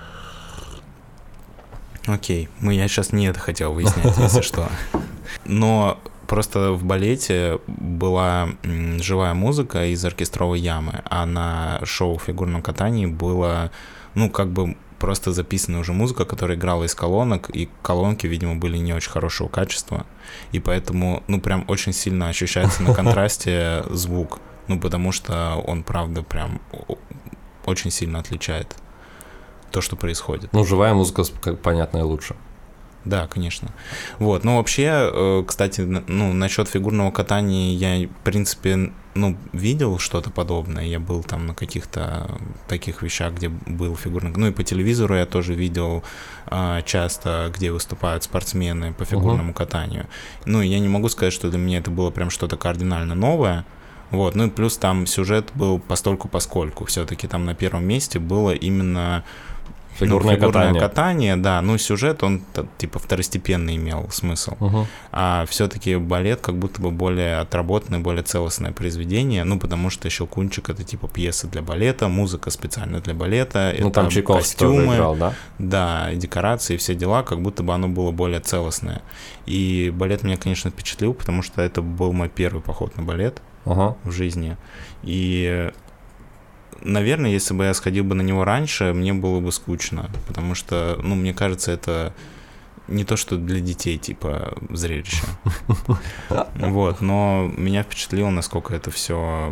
Окей, я сейчас не это хотел выяснять, если что. Но просто в балете была живая музыка из оркестровой ямы, а на шоу в фигурном катании было, просто записана уже музыка, которая играла из колонок, и колонки, видимо, были не очень хорошего качества, и поэтому, прям очень сильно ощущается на контрасте звук, потому что он, правда, прям очень сильно отличает то, что происходит. Живая музыка, как понятно, и лучше. Да, конечно. Вообще, кстати, насчет фигурного катания я, в принципе, видел что-то подобное. Я был там на каких-то таких вещах, где был фигурный... и по телевизору я тоже видел часто, где выступают спортсмены по фигурному катанию. Я не могу сказать, что для меня это было прям что-то кардинально новое. И плюс там сюжет был постольку-поскольку. Все-таки там на первом месте было именно... Фигурное катание, да, сюжет, он типа второстепенный имел смысл. А все-таки балет как будто бы более отработанное, более целостное произведение, потому что «Щелкунчик» — это типа пьеса для балета, музыка специально для балета, это там Чайковский тоже играл, да? Да, декорации, все дела, как будто бы оно было более целостное. И балет меня, конечно, впечатлил, потому что это был мой первый поход на балет в жизни. И... наверное, если бы я сходил бы на него раньше, мне было бы скучно, потому что, мне кажется, это не то, что для детей, типа, зрелище. Но меня впечатлило, насколько это все...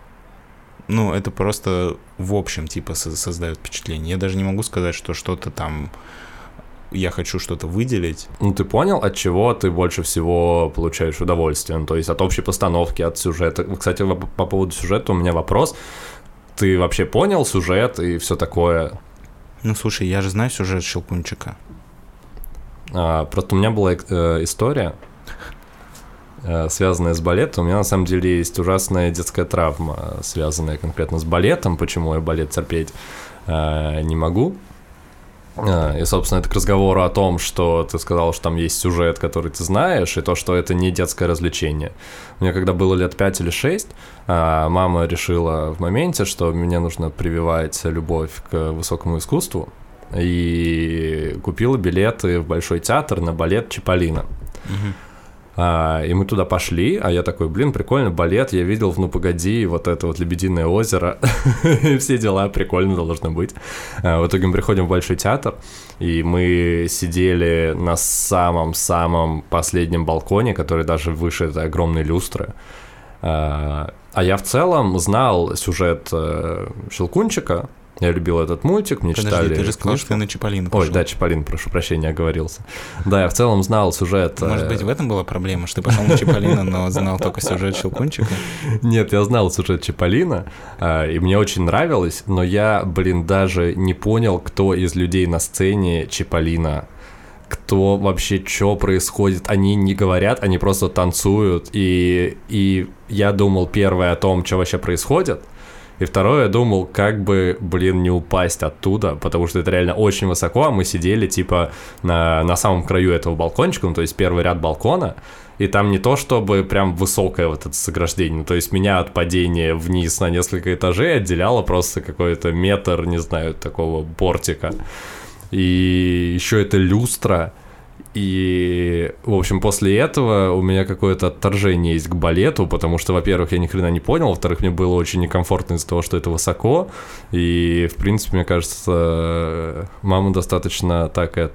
это просто в общем, типа, создает впечатление. Я даже не могу сказать, что что-то там... я хочу что-то выделить. Ты понял, от чего ты больше всего получаешь удовольствие? То есть от общей постановки, от сюжета. Кстати, по поводу сюжета у меня вопрос... Ты вообще понял сюжет и все такое? Слушай, я же знаю сюжет «Щелкунчика». Просто у меня была история, связанная с балетом. У меня на самом деле есть ужасная детская травма, связанная конкретно с балетом. Почему я балет терпеть не могу. И, собственно, это к разговору о том, что ты сказал, что там есть сюжет, который ты знаешь, и то, что это не детское развлечение. Мне когда было лет 5 или 6, мама решила в моменте, что мне нужно прививать любовь к высокому искусству, и купила билеты в Большой театр на балет «Чиполлино». И мы туда пошли, а я такой, прикольно, балет, я видел в «Ну, погоди», вот это вот «Лебединое озеро», все дела, прикольно должно быть. В итоге мы приходим в Большой театр, и мы сидели на самом-самом последнем балконе, который даже выше этой огромной люстры. А я в целом знал сюжет «Щелкунчика». Я любил этот мультик, мне читали... ты же сказал, что ты на Чиполлино пошел. Ой, да, Чиполлино, прошу прощения, оговорился. Да, я в целом знал сюжет... Может быть, в этом была проблема, что ты пошел на Чиполлино, но знал только сюжет «Щелкунчика»? Нет, я знал сюжет Чиполлино, и мне очень нравилось, но я, даже не понял, кто из людей на сцене Чиполлино, кто вообще, что происходит. Они не говорят, они просто танцуют, и я думал первое о том, что вообще происходит. И второе, я думал, как бы, не упасть оттуда, потому что это реально очень высоко, а мы сидели, типа, на самом краю этого балкончика, то есть первый ряд балкона, и там не то, чтобы прям высокое вот это заграждение, то есть меня от падения вниз на несколько этажей отделяло просто какой-то метр, не знаю, такого бортика. И еще это люстра. И, в общем, после этого у меня какое-то отторжение есть к балету, потому что, во-первых, я ни хрена не понял, во-вторых, мне было очень некомфортно из-за того, что это высоко, и, в принципе, мне кажется, мама достаточно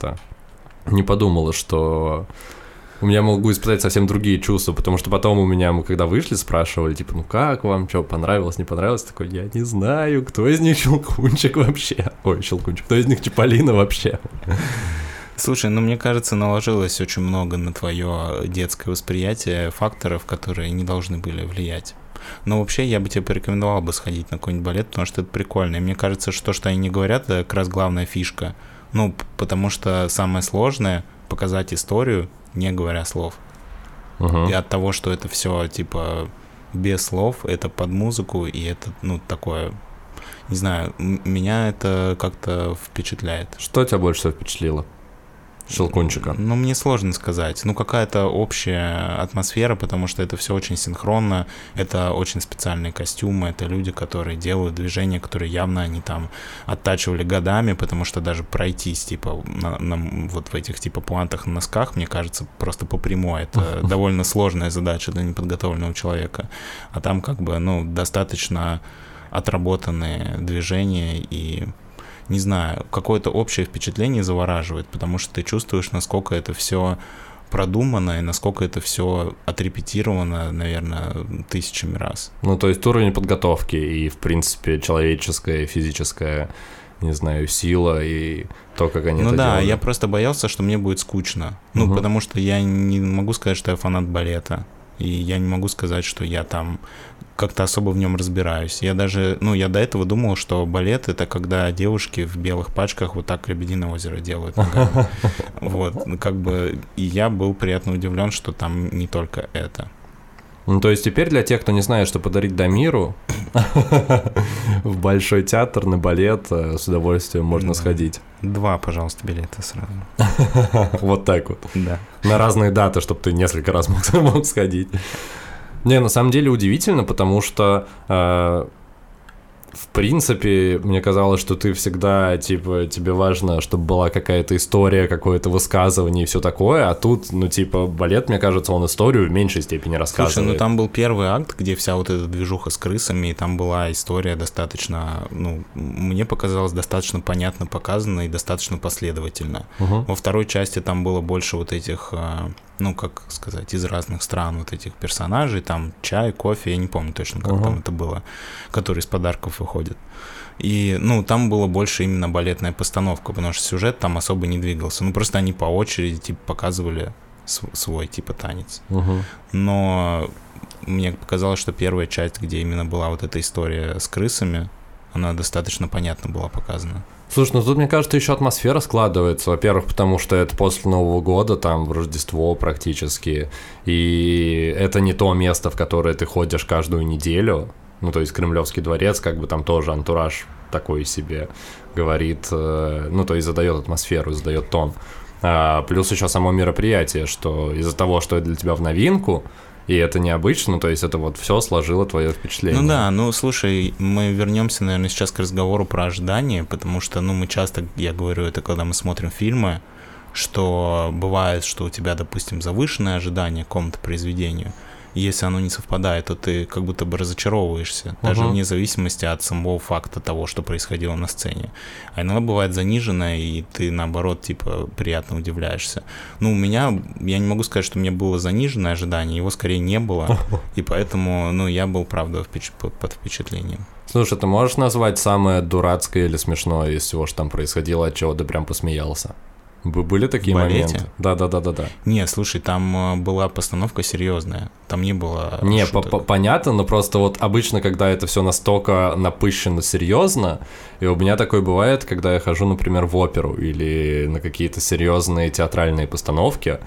не подумала, что у меня могу испытать совсем другие чувства, потому что потом мы когда вышли, спрашивали, типа, как вам, что, понравилось, не понравилось? Такой, я не знаю, кто из них Щелкунчик вообще? Ой, Щелкунчик, кто из них Чиполлино вообще? Слушай, мне кажется, наложилось очень много на твое детское восприятие факторов, которые не должны были влиять. Но вообще я бы тебе порекомендовал бы сходить на какой-нибудь балет, потому что это прикольно. И мне кажется, что то, что они не говорят, это как раз главная фишка. Потому что самое сложное — показать историю, не говоря слов. И от того, что это все типа без слов, это под музыку, и это, такое... Не знаю, меня это как-то впечатляет. Что тебя больше всего впечатлило? Щелкунчика. Ну, мне сложно сказать. Ну, какая-то общая атмосфера, потому что это все очень синхронно, это очень специальные костюмы, это люди, которые делают движения, которые явно они там оттачивали годами, потому что даже пройтись, типа, вот в этих, типа, пуантах на носках, мне кажется, просто по прямой. Это довольно сложная задача для неподготовленного человека. А там, как бы, ну, достаточно отработанные движения и... Не знаю, какое-то общее впечатление завораживает, потому что ты чувствуешь, насколько это все продумано и насколько это все отрепетировано, наверное, тысячами раз. Ну, то есть уровень подготовки и, в принципе, человеческая, физическая, не знаю, сила и то, как они это делают. Ну да, я просто боялся, что мне будет скучно. Ну, потому что я не могу сказать, что я фанат балета. И я не могу сказать, что я там как-то особо в нем разбираюсь. Я даже, ну, я до этого думал, что балет — это когда девушки в белых пачках вот так «Лебединое озеро» делают ногами. Вот, как бы, и я был приятно удивлен, что там не только это. Ну, то есть теперь для тех, кто не знает, что подарить Дамиру, в Большой театр на балет с удовольствием можно сходить. 2, пожалуйста, билета сразу. Вот так вот. Да. На разные даты, чтобы ты несколько раз мог сходить. Не, на самом деле удивительно, потому что, в принципе, мне казалось, что ты всегда, типа, тебе важно, чтобы была какая-то история, какое-то высказывание и все такое, а тут, ну, типа, балет, мне кажется, он историю в меньшей степени рассказывает. Слушай, ну там был первый акт, где вся вот эта движуха с крысами, и там была история достаточно, ну, мне показалось, достаточно понятно показана и достаточно последовательно. Во второй части там было больше вот этих, ну, как сказать, из разных стран вот этих персонажей, там чай, кофе, я не помню точно, как там это было, которые из подарков выходят. И, ну, там было больше именно балетная постановка, потому что сюжет там особо не двигался. Ну, просто они по очереди, типа, показывали свой, типа, танец. Но мне показалось, что первая часть, где именно была вот эта история с крысами, она достаточно понятно была показана. Слушай, ну тут, мне кажется, еще атмосфера складывается. Во-первых, потому что это после Нового года, там, в Рождество практически. И это не то место, в которое ты ходишь каждую неделю. Ну, то есть Кремлевский дворец, как бы там тоже антураж такой себе говорит. Ну, то есть задает атмосферу, задает тон. Плюс еще само мероприятие, что из-за того, что это для тебя в новинку, и это необычно, то есть это вот все сложило твое впечатление. Ну да, ну слушай, мы вернемся, наверное, сейчас к разговору про ожидания, потому что, ну, мы часто, я говорю, это когда мы смотрим фильмы, что бывает, что у тебя, допустим, завышенное ожидание к какому-то произведению, и если оно не совпадает, то ты как будто бы разочаровываешься, даже вне зависимости от самого факта того, что происходило на сцене. А иногда бывает заниженное, и ты, наоборот, типа, приятно удивляешься. Ну, у меня, я не могу сказать, что у меня было заниженное ожидание, его скорее не было, и поэтому, ну, я был, правда, под впечатлением. Слушай, ты можешь назвать самое дурацкое или смешное из всего, что там происходило, от чего ты прям посмеялся? Были такие моменты? Да. Не, слушай, там была постановка серьезная, там не было Не, шуток. понятно, но просто вот обычно, когда это все настолько напыщенно серьезно, и у меня такое бывает, когда я хожу, например, в оперу или на какие-то серьезные театральные постановки,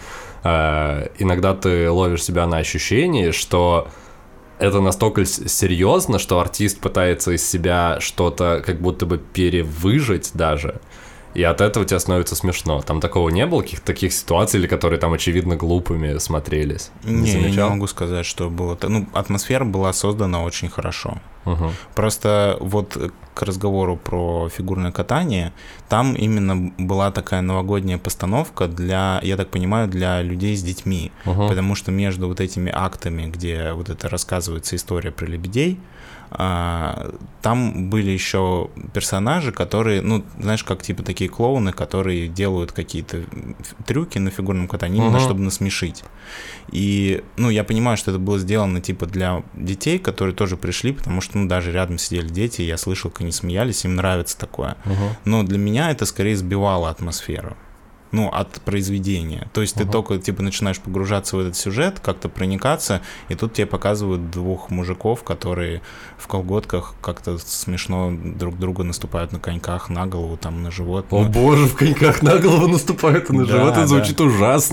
иногда ты ловишь себя на ощущении, что это настолько серьезно, что артист пытается из себя что-то как будто бы перевыжать даже. И от этого тебе становится смешно. Там такого не было, каких-то таких ситуаций, или которые там, очевидно, глупыми смотрелись? Не, я не могу сказать, что было... Ну, атмосфера была создана очень хорошо. Просто вот к разговору про фигурное катание, там именно была такая новогодняя постановка для, я так понимаю, для людей с детьми. Потому что между вот этими актами, где вот это рассказывается история про лебедей, там были еще персонажи, которые, ну, знаешь, как типа такие клоуны, которые делают какие-то трюки на фигурном катании, именно чтобы насмешить. И, ну, я понимаю, что это было сделано типа для детей, которые тоже пришли, потому что, ну, даже рядом сидели дети, и я слышал, как они смеялись, им нравится такое. Но для меня это скорее сбивало атмосферу. Ну, от произведения. То есть ты только, типа, начинаешь погружаться в этот сюжет, как-то проникаться, и тут тебе показывают двух мужиков, которые в колготках как-то смешно друг друга наступают на коньках, на голову, там, на живот. О боже, в коньках на голову наступают и на живот, это звучит ужасно.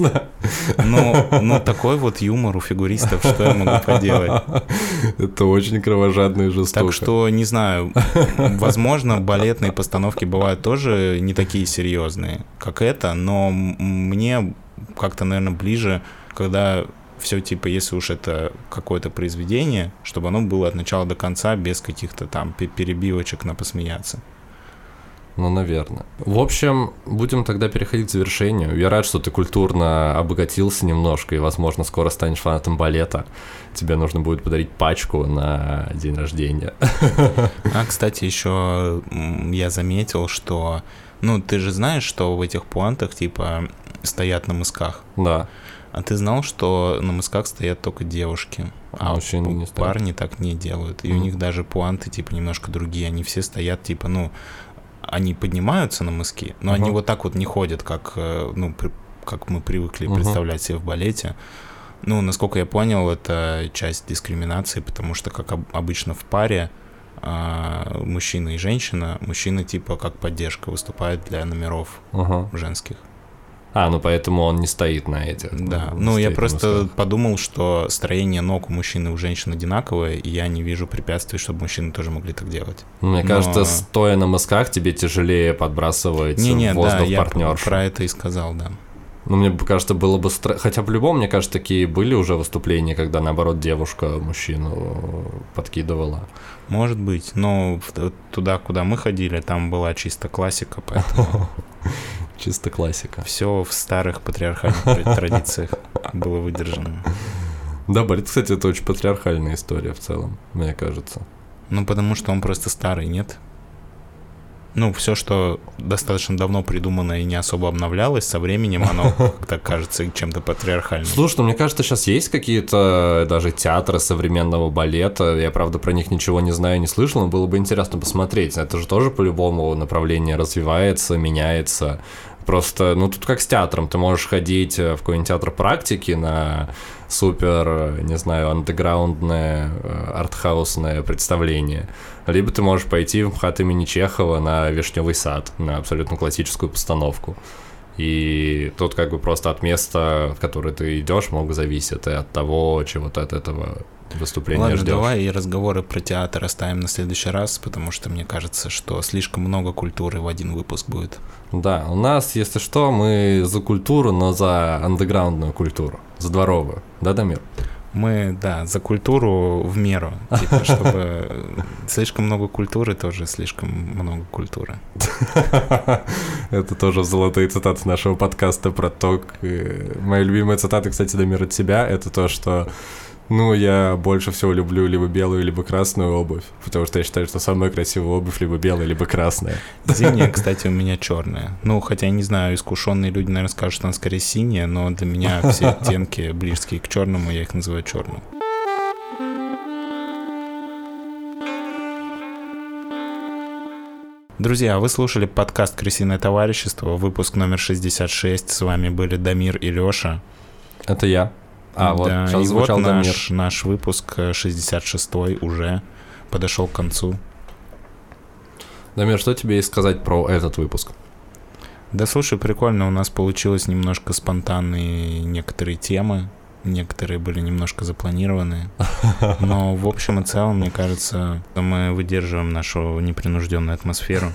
Ну, такой вот юмор у фигуристов, что я могу поделать? Это очень кровожадно и жестоко. Так что, не знаю, возможно, балетные постановки бывают тоже не такие серьезные, как это, но мне как-то, наверное, ближе, когда все типа, если уж это какое-то произведение, чтобы оно было от начала до конца без каких-то там перебивочек на посмеяться. Ну, наверное. В общем, будем тогда переходить к завершению. Я рад, что ты культурно обогатился немножко, и, возможно, скоро станешь фанатом балета. Тебе нужно будет подарить пачку на день рождения. А, кстати, еще я заметил, что... Ну, ты же знаешь, что в этих пуантах, типа, стоят на мысках? Да. А ты знал, что на мысках стоят только девушки, а мужчины не стоят? Парни так не делают. И у них даже пуанты, типа, немножко другие. Они все стоят, типа, ну... Они поднимаются на мыски, но они вот так вот не ходят, как, ну, как мы привыкли представлять себе в балете. Ну, насколько я понял, это часть дискриминации, потому что, как обычно в паре, мужчина и женщина, мужчина типа как поддержка выступает для номеров женских. Ну поэтому он не стоит на этих. Да, ну я просто подумал, что строение ног у мужчин и у женщин одинаковое, и я не вижу препятствий, чтобы мужчины тоже могли так делать. Мне кажется, стоя на мысках, тебе тяжелее подбрасывать воздух партнерши. Я про это и сказал, да. Ну, мне кажется, было бы... Хотя по-любому, мне кажется, такие были уже выступления, когда, наоборот, девушка мужчину подкидывала. Может быть, но туда, куда мы ходили, там была чисто классика, поэтому... Чисто классика. Все в старых патриархальных традициях было выдержано. Да, балет, кстати, это очень патриархальная история в целом, мне кажется. Ну, потому что он просто старый, нет? Ну, все, что достаточно давно придумано и не особо обновлялось, со временем оно как-то кажется чем-то патриархальным. Слушай, ну мне кажется, сейчас есть какие-то даже театры современного балета. Я, правда, про них ничего не знаю, не слышал, но было бы интересно посмотреть. Это же тоже по-любому направление развивается, меняется. Просто, ну, тут как с театром. Ты можешь ходить в какой-нибудь театр практики на супер, не знаю, андеграундное, артхаусное представление. Либо ты можешь пойти в МХАТ имени Чехова на «Вишневый сад», на абсолютно классическую постановку. И тут как бы просто от места, в которое ты идешь, много зависит, и от того, чего ты от этого выступления ждешь. Давай и разговоры про театр оставим на следующий раз, потому что мне кажется, что слишком много культуры в один выпуск будет. Да, у нас, если что, мы за культуру, но за андеграундную культуру, за дворовую. Да, Дамир? Мы, да, за культуру в меру, типа, чтобы слишком много культуры, тоже слишком много культуры. Это тоже золотые цитаты нашего подкаста про то, моя любимая цитата, кстати, Дамир, от тебя, это то, что ну, я больше всего люблю либо белую, либо красную обувь, потому что я считаю, что самая красивая обувь либо белая, либо красная. Зимняя, кстати, у меня черная. Ну, хотя, я не знаю, искушенные люди, наверное, скажут, что она скорее синяя, но для меня все оттенки близкие к черному, я их называю черным. Друзья, вы слушали подкаст «Крысиное товарищество», выпуск номер 66. С вами были Дамир и Лёша. Это я. Вот да, сейчас и звучал вот Дамир. наш выпуск 66-й уже подошел к концу. Дамир, что тебе есть сказать про этот выпуск? Да слушай, прикольно, у нас получилось немножко спонтанные некоторые темы, некоторые были немножко запланированы, но в общем и целом, мне кажется, мы выдерживаем нашу непринужденную атмосферу.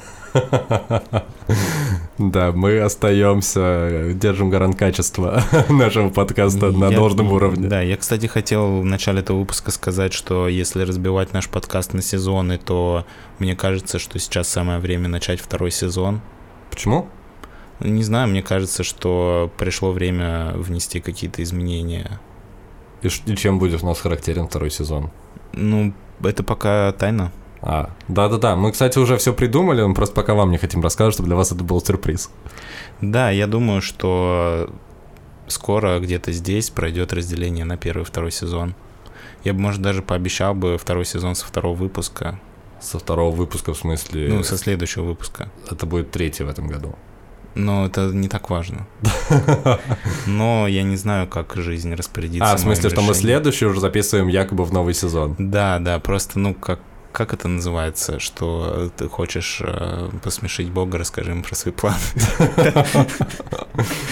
Да, мы остаемся, держим гарант качества нашего подкаста на должном уровне. Да, я, кстати, хотел в начале этого выпуска сказать, что если разбивать наш подкаст на сезоны, то мне кажется, что сейчас самое время начать второй сезон. Почему? Не знаю, мне кажется, что пришло время внести какие-то изменения. И чем будет у нас характерен второй сезон? Ну, это пока тайна. Да-да-да. Мы, кстати, уже все придумали, мы просто пока вам не хотим рассказывать, чтобы для вас это был сюрприз. Да, я думаю, что скоро где-то здесь пройдет разделение на первый и второй сезон. Я бы, может, даже пообещал бы второй сезон со второго выпуска. Со второго выпуска, в смысле? Ну, со следующего выпуска. Это будет третий в этом году. Но это не так важно. Но я не знаю, как жизнь распорядится. В смысле, что мы следующий уже записываем якобы в новый сезон? Да, просто, ну, как это называется, что ты хочешь посмешить Бога, расскажи ему про свои планы.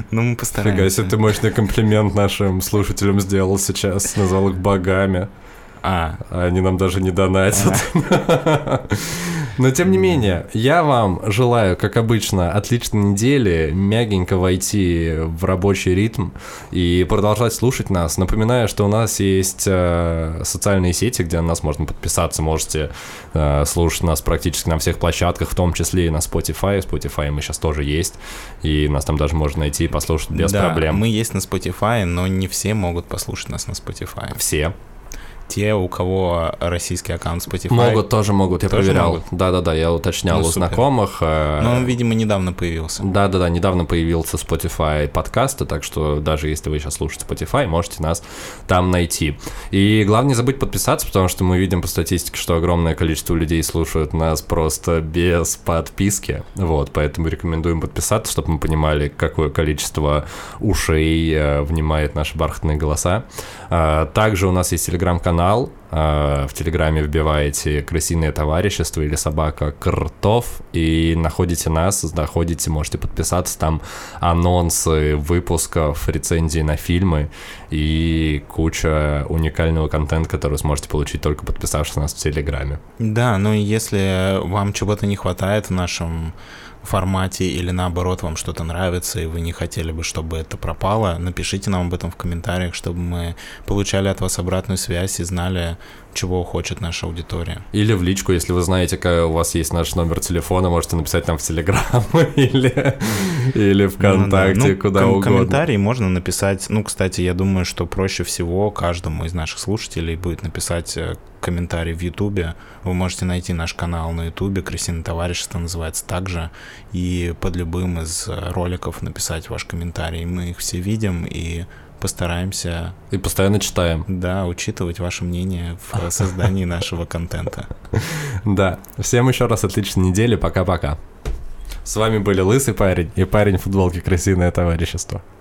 Ну, мы Фига постараемся. себе, ты мощный комплимент нашим слушателям сделал сейчас, назвал их богами. А, Они нам даже не донатят. Но тем не менее, я вам желаю, как обычно, отличной недели, мягенько войти в рабочий ритм и продолжать слушать нас. Напоминаю, что у нас есть социальные сети, где на нас можно подписаться. Можете слушать нас практически на всех площадках, в том числе и на Spotify. Spotify мы сейчас тоже есть, и нас там даже можно найти и послушать без да, проблем. мы есть на Spotify, но не все могут послушать нас на Spotify. Все. Те, у кого российский аккаунт Spotify... Могут, я Тоже проверял. могут? Да, я уточнял Ну, у супер. знакомых. Но он, видимо, недавно появился. Да, недавно появился Spotify подкасты, так что даже если вы сейчас слушаете Spotify, можете нас там найти. И главное не забыть подписаться, потому что мы видим по статистике, что огромное количество людей слушают нас просто без подписки. Вот, поэтому рекомендуем подписаться, чтобы мы понимали, какое количество ушей внимает наши бархатные голоса. Также у нас есть телеграм-канал. В Телеграме вбиваете «Крысиное товарищество» или «Собака Кртов» и находите нас, можете подписаться, там анонсы выпусков, рецензии на фильмы и куча уникального контента, который сможете получить только подписавшись на нас в Телеграме. Да, ну и если вам чего-то не хватает в нашем формате или наоборот вам что-то нравится и вы не хотели бы, чтобы это пропало, напишите нам об этом в комментариях, чтобы мы получали от вас обратную связь и знали, чего хочет наша аудитория. Или в личку, если вы знаете, какой у вас есть наш номер телефона, можете написать нам в Телеграм или ВКонтакте, куда угодно. Комментарий можно написать. Ну, кстати, я думаю, что проще всего каждому из наших слушателей будет написать комментарий в Ютубе. Вы можете найти наш канал на Ютубе, «Крысиное товарищество» называется также, и под любым из роликов написать ваш комментарий. Мы их все видим и постараемся... И постоянно читаем. Да, учитывать ваше мнение в создании нашего контента. Да. Всем еще раз отличной недели. Пока-пока. С вами были Лысый парень и парень в футболке «Крысиное товарищество».